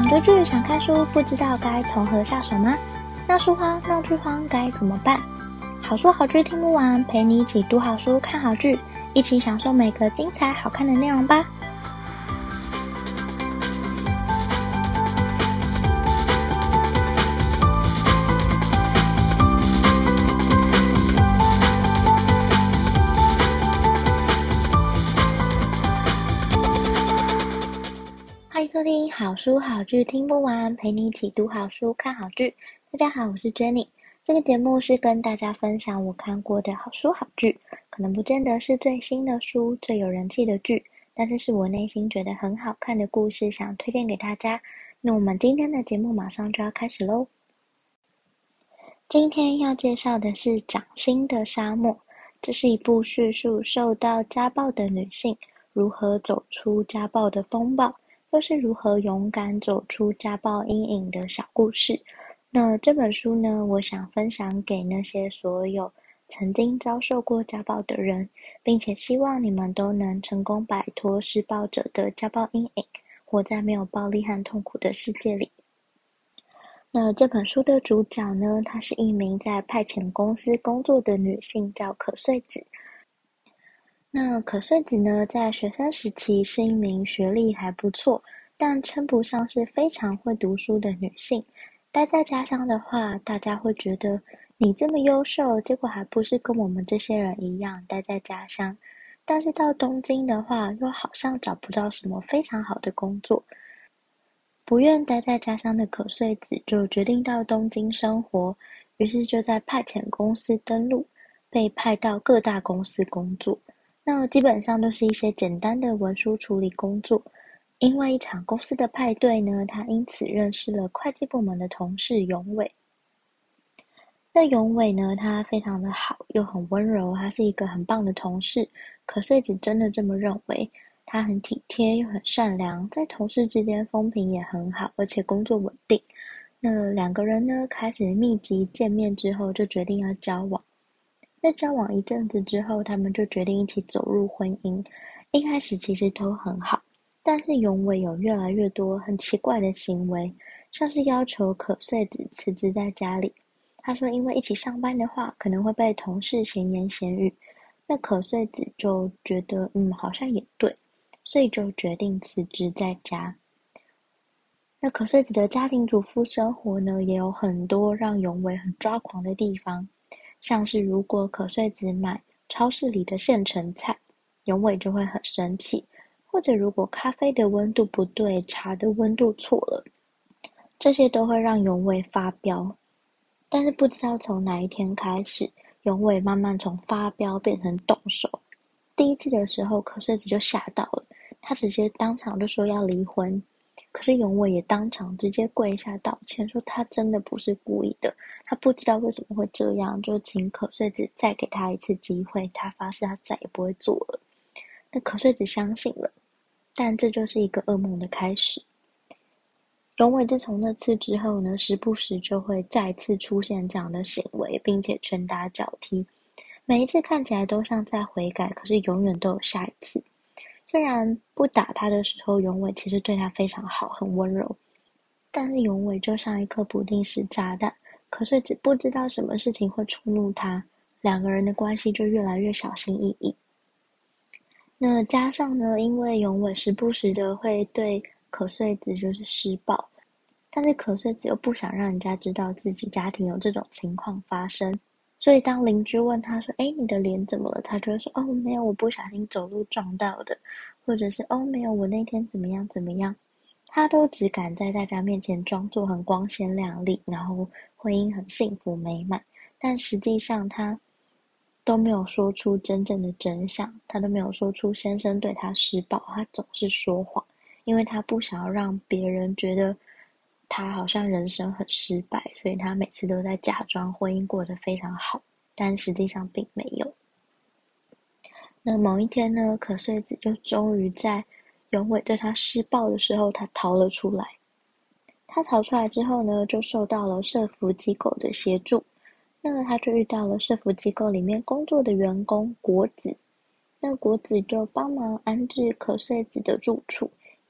想追剧、想看书，不知道该从何下手吗？闹书荒、闹剧荒该怎么办？好书好剧听不完，陪你一起读好书、看好剧，一起享受每个精彩好看的内容吧。欢迎收听好书好剧听不完，陪你一起读好书看好剧。大家好，我是 Jenny。这个节目是跟大家分享我看过的好书好剧，可能不见得是最新的书、最有人气的剧，但是是我内心觉得很好看的故事，想推荐给大家。那我们今天的节目马上就要开始咯。今天要介绍的是《掌心的沙漠》，这是一部叙述受到家暴的女性如何走出家暴的风暴，又是如何勇敢走出家暴阴影的小故事。那这本书呢，我想分享给那些所有曾经遭受过家暴的人，并且希望你们都能成功摆脱施暴者的家暴阴影，活在没有暴力和痛苦的世界里。那这本书的主角呢，她是一名在派遣公司工作的女性，叫可穗子。那可穗子呢，在学生时期是一名学历还不错，但称不上是非常会读书的女性。待在家乡的话，大家会觉得你这么优秀，结果还不是跟我们这些人一样待在家乡。但是到东京的话，又好像找不到什么非常好的工作。不愿待在家乡的可穗子就决定到东京生活，于是就在派遣公司登录，被派到各大公司工作。那基本上都是一些简单的文书处理工作。因为一场公司的派对呢，他因此认识了会计部门的同事永伟。那永伟呢，他非常的好，又很温柔，他是一个很棒的同事。可穗子真的这么认为，他很体贴又很善良，在同事之间风评也很好，而且工作稳定。那两个人呢，开始密集见面之后，就决定要交往。那交往一阵子之后，他们就决定一起走入婚姻。一开始其实都很好，但是永伟有越来越多很奇怪的行为，像是要求可穗子辞职在家里。他说因为一起上班的话，可能会被同事闲言闲语。那可穗子就觉得好像也对，所以就决定辞职在家。那可穗子的家庭主妇生活呢，也有很多让永伟很抓狂的地方，像是如果可穗子买超市里的现成菜，永伟就会很生气，或者如果咖啡的温度不对，茶的温度错了，这些都会让永伟发飙。但是不知道从哪一天开始，永伟慢慢从发飙变成动手。第一次的时候，可穗子就吓到了，他直接当场就说要离婚。可是永伟也当场直接跪下道歉，说他真的不是故意的，他不知道为什么会这样，就请可穗子再给他一次机会，他发誓他再也不会做了。那可穗子相信了，但这就是一个噩梦的开始。永伟自从那次之后呢，时不时就会再次出现这样的行为，并且拳打脚踢。每一次看起来都像在悔改，可是永远都有下一次。虽然不打他的时候，永伟其实对他非常好，很温柔，但是永伟就像一颗不定时炸弹，可穗子不知道什么事情会触怒他，两个人的关系就越来越小心翼翼。那加上呢，因为永伟时不时的会对可穗子就是施暴，但是可穗子又不想让人家知道自己家庭有这种情况发生，所以当邻居问他说你的脸怎么了，他就会说没有，我不小心走路撞到的，或者是没有，我那天怎么样怎么样。他都只敢在大家面前装作很光鲜亮丽，然后婚姻很幸福美满，但实际上他都没有说出真正的真相，他都没有说出先生对他施暴，他总是说谎，因为他不想要让别人觉得他好像人生很失败，所以他每次都在假装婚姻过得非常好，但实际上并没有。那某一天呢，可穗子就终于在永伟对他施暴的时候，他逃了出来。他逃出来之后呢，就受到了社福机构的协助。那么他就遇到了社福机构里面工作的员工国子。那国子就帮忙安置可穗子的住处，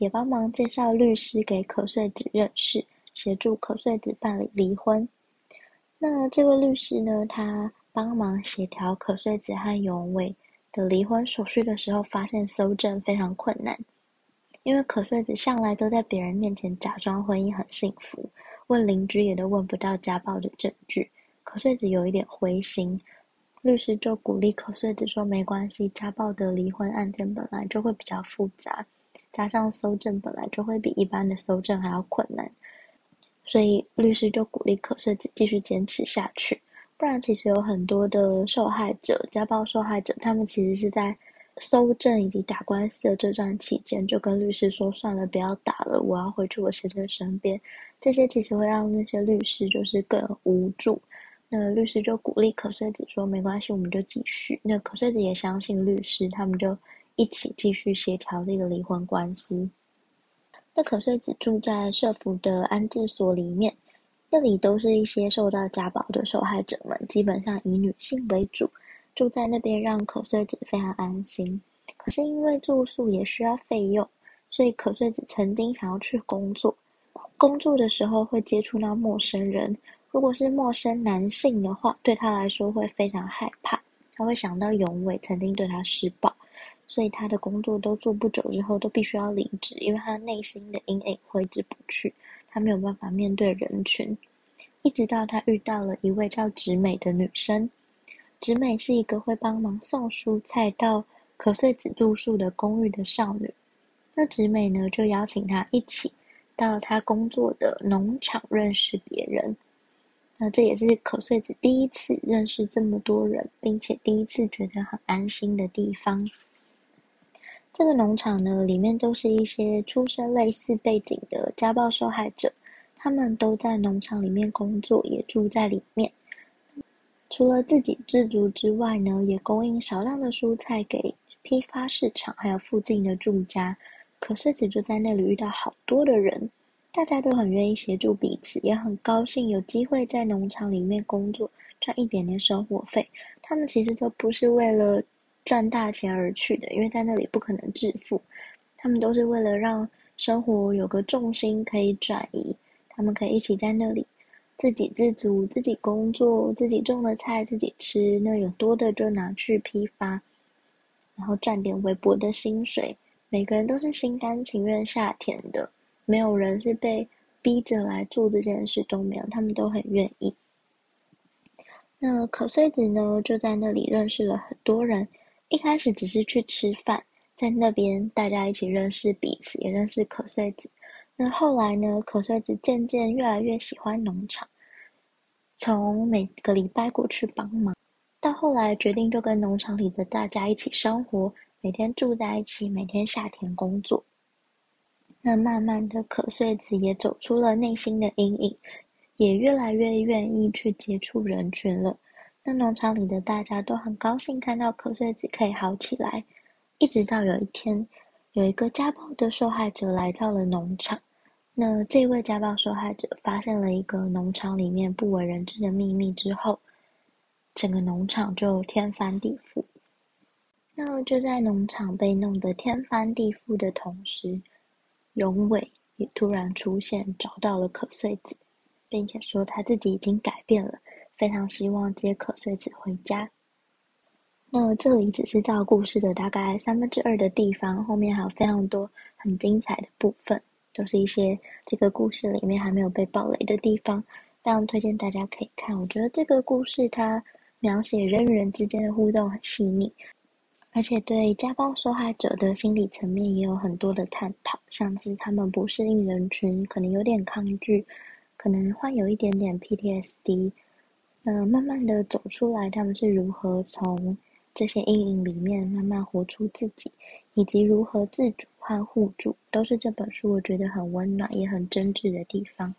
也帮忙介绍律师给可穗子认识，协助可穗子办理离婚。那这位律师呢，他帮忙协调可穗子和永伟的离婚手续的时候，发现搜证非常困难，因为可穗子向来都在别人面前假装婚姻很幸福，问邻居也都问不到家暴的证据。可穗子有一点灰心，律师就鼓励可穗子说，没关系，家暴的离婚案件本来就会比较复杂，加上搜证本来就会比一般的搜证还要困难，所以律师就鼓励可穗子继续坚持下去。不然其实有很多的受害者，家暴受害者，他们其实是在搜证以及打官司的这段期间就跟律师说，算了，不要打了，我要回去我先生身边。这些其实会让那些律师就是更无助。那律师就鼓励可穗子说，没关系，我们就继续。那可穗子也相信律师，他们就一起继续协调这个离婚官司。那可穗子住在社福的安置所里面，那里都是一些受到家暴的受害者们，基本上以女性为主，住在那边让可穗子非常安心。可是因为住宿也需要费用，所以可穗子曾经想要去工作。工作的时候会接触到陌生人，如果是陌生男性的话，对他来说会非常害怕，他会想到永伟曾经对他施暴，所以他的工作都做不久之后都必须要离职，因为他内心的阴影挥之不去，他没有办法面对人群。一直到他遇到了一位叫直美的女生，直美是一个会帮忙送蔬菜到可穗子住宿的公寓的少女。那直美呢，就邀请他一起到他工作的农场认识别人。那这也是可穗子第一次认识这么多人，并且第一次觉得很安心的地方。这个农场呢，里面都是一些出身类似背景的家暴受害者，他们都在农场里面工作，也住在里面。除了自给自足之外呢，也供应少量的蔬菜给批发市场，还有附近的住家。可穗子就在那里遇到好多的人，大家都很愿意协助彼此，也很高兴有机会在农场里面工作，赚一点点生活费。他们其实都不是为了赚大钱而去的，因为在那里不可能致富，他们都是为了让生活有个重心可以转移，他们可以一起在那里自给自足，自己工作，自己种的菜自己吃，那有多的就拿去批发，然后赚点微薄的薪水。每个人都是心甘情愿下田的，没有人是被逼着来做这件事，都没有，他们都很愿意。那可穗子呢，就在那里认识了很多人。一开始只是去吃饭，在那边大家一起认识彼此，也认识可穗子。那后来呢，可穗子渐渐越来越喜欢农场，从每个礼拜过去帮忙，到后来决定就跟农场里的大家一起生活，每天住在一起，每天下田工作。那慢慢的，可穗子也走出了内心的阴影，也越来越愿意去接触人群了。那农场里的大家都很高兴看到可穗子可以好起来，一直到有一天，有一个家暴的受害者来到了农场。那这位家暴受害者发现了一个农场里面不为人知的秘密之后，整个农场就天翻地覆。那就在农场被弄得天翻地覆的同时，永伟也突然出现，找到了可穗子，并且说他自己已经改变了，非常希望接可穗子回家。那这里只是到故事的大概2/3的地方，后面还有非常多很精彩的部分，都是一些这个故事里面还没有被爆雷的地方，非常推荐大家可以看。我觉得这个故事它描写人与人之间的互动很细腻，而且对家暴受害者的心理层面也有很多的探讨，像是他们不适应人群，可能有点抗拒，可能患有一点点 PTSD，慢慢的走出来，他们是如何从这些阴影里面慢慢活出自己，以及如何自主和互助，都是这本书我觉得很温暖也很真挚的地方。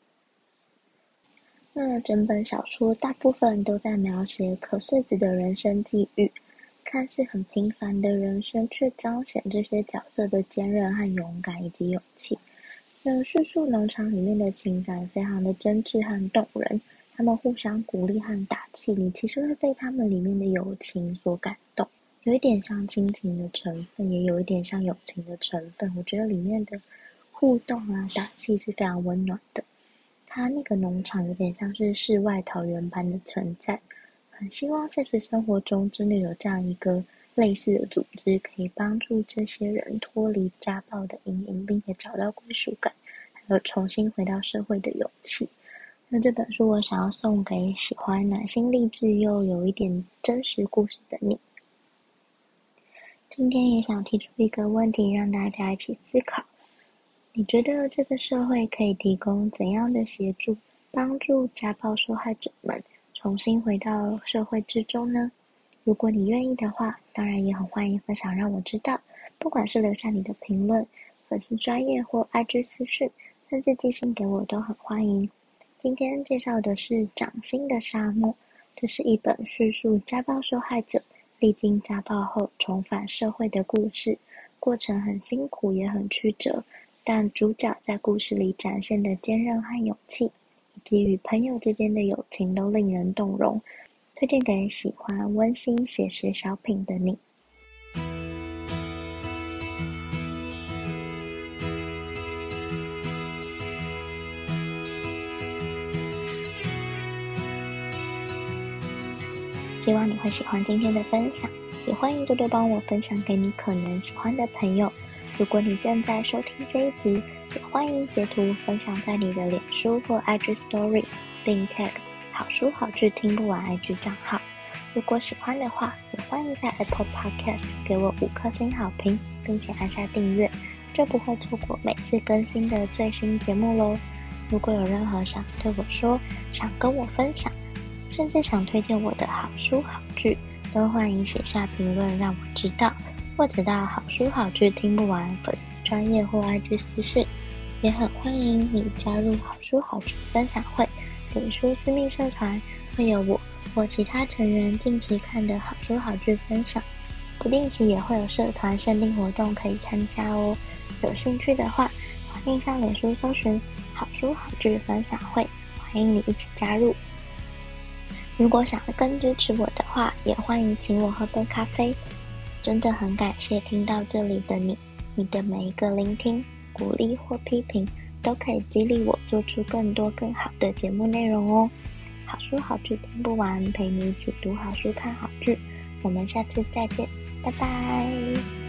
那整本小说大部分都在描写可穗子的人生际遇，看似很平凡的人生，却彰显这些角色的坚韧和勇敢以及勇气。那叙述农场里面的情感非常的真挚和动人，他们互相鼓励和打气，你其实会被他们里面的友情所感动。 有一点像亲情的成分，也有一点像友情的成分。我觉得里面的互动啊、打气是非常温暖的。它那个农场有点像是世外桃源般的存在，很希望现实生活中真的有这样一个类似的组织，可以帮助这些人脱离家暴的阴影，并且找到归属感，还有重新回到社会的勇气。那这本书我想要送给喜欢暖心励志又有一点真实故事的你。今天也想提出一个问题，让大家一起思考。你觉得这个社会可以提供怎样的协助，帮助家暴受害者们重新回到社会之中呢？如果你愿意的话，当然也很欢迎分享让我知道，不管是留下你的评论、粉丝专页或 IG 私讯，甚至寄信给我都很欢迎。今天介绍的是《掌心的沙漠》，这是一本叙述家暴受害者历经家暴后重返社会的故事，过程很辛苦也很曲折，但主角在故事里展现的坚韧和勇气，以及与朋友之间的友情都令人动容，推荐给喜欢温馨写实小品的你。希望你会喜欢今天的分享，也欢迎多多帮我分享给你可能喜欢的朋友。如果你正在收听这一集，也欢迎截图分享在你的脸书或 IG Story， 并 tag 好书好剧听不完 IG 账号。如果喜欢的话，也欢迎在 Apple Podcast 给我5颗星好评，并且按下订阅，就不会错过每次更新的最新节目咯。如果有任何想对我说，想跟我分享，甚至想推荐我的好书好剧，都欢迎写下评论让我知道，或者到好书好剧听不完粉丝专页或 IG 私讯。也很欢迎你加入好书好剧分享会脸书私密社团，会有我或其他成员近期看的好书好剧分享，不定期也会有社团限定活动可以参加哦。有兴趣的话，欢迎上脸书搜寻好书好剧分享会，欢迎你一起加入。如果想要更支持我的话，也欢迎请我喝杯咖啡。真的很感谢听到这里的你，你的每一个聆听、鼓励或批评，都可以激励我做出更多更好的节目内容哦。好书好剧听不完，陪你一起读好书看好剧。我们下次再见，拜拜。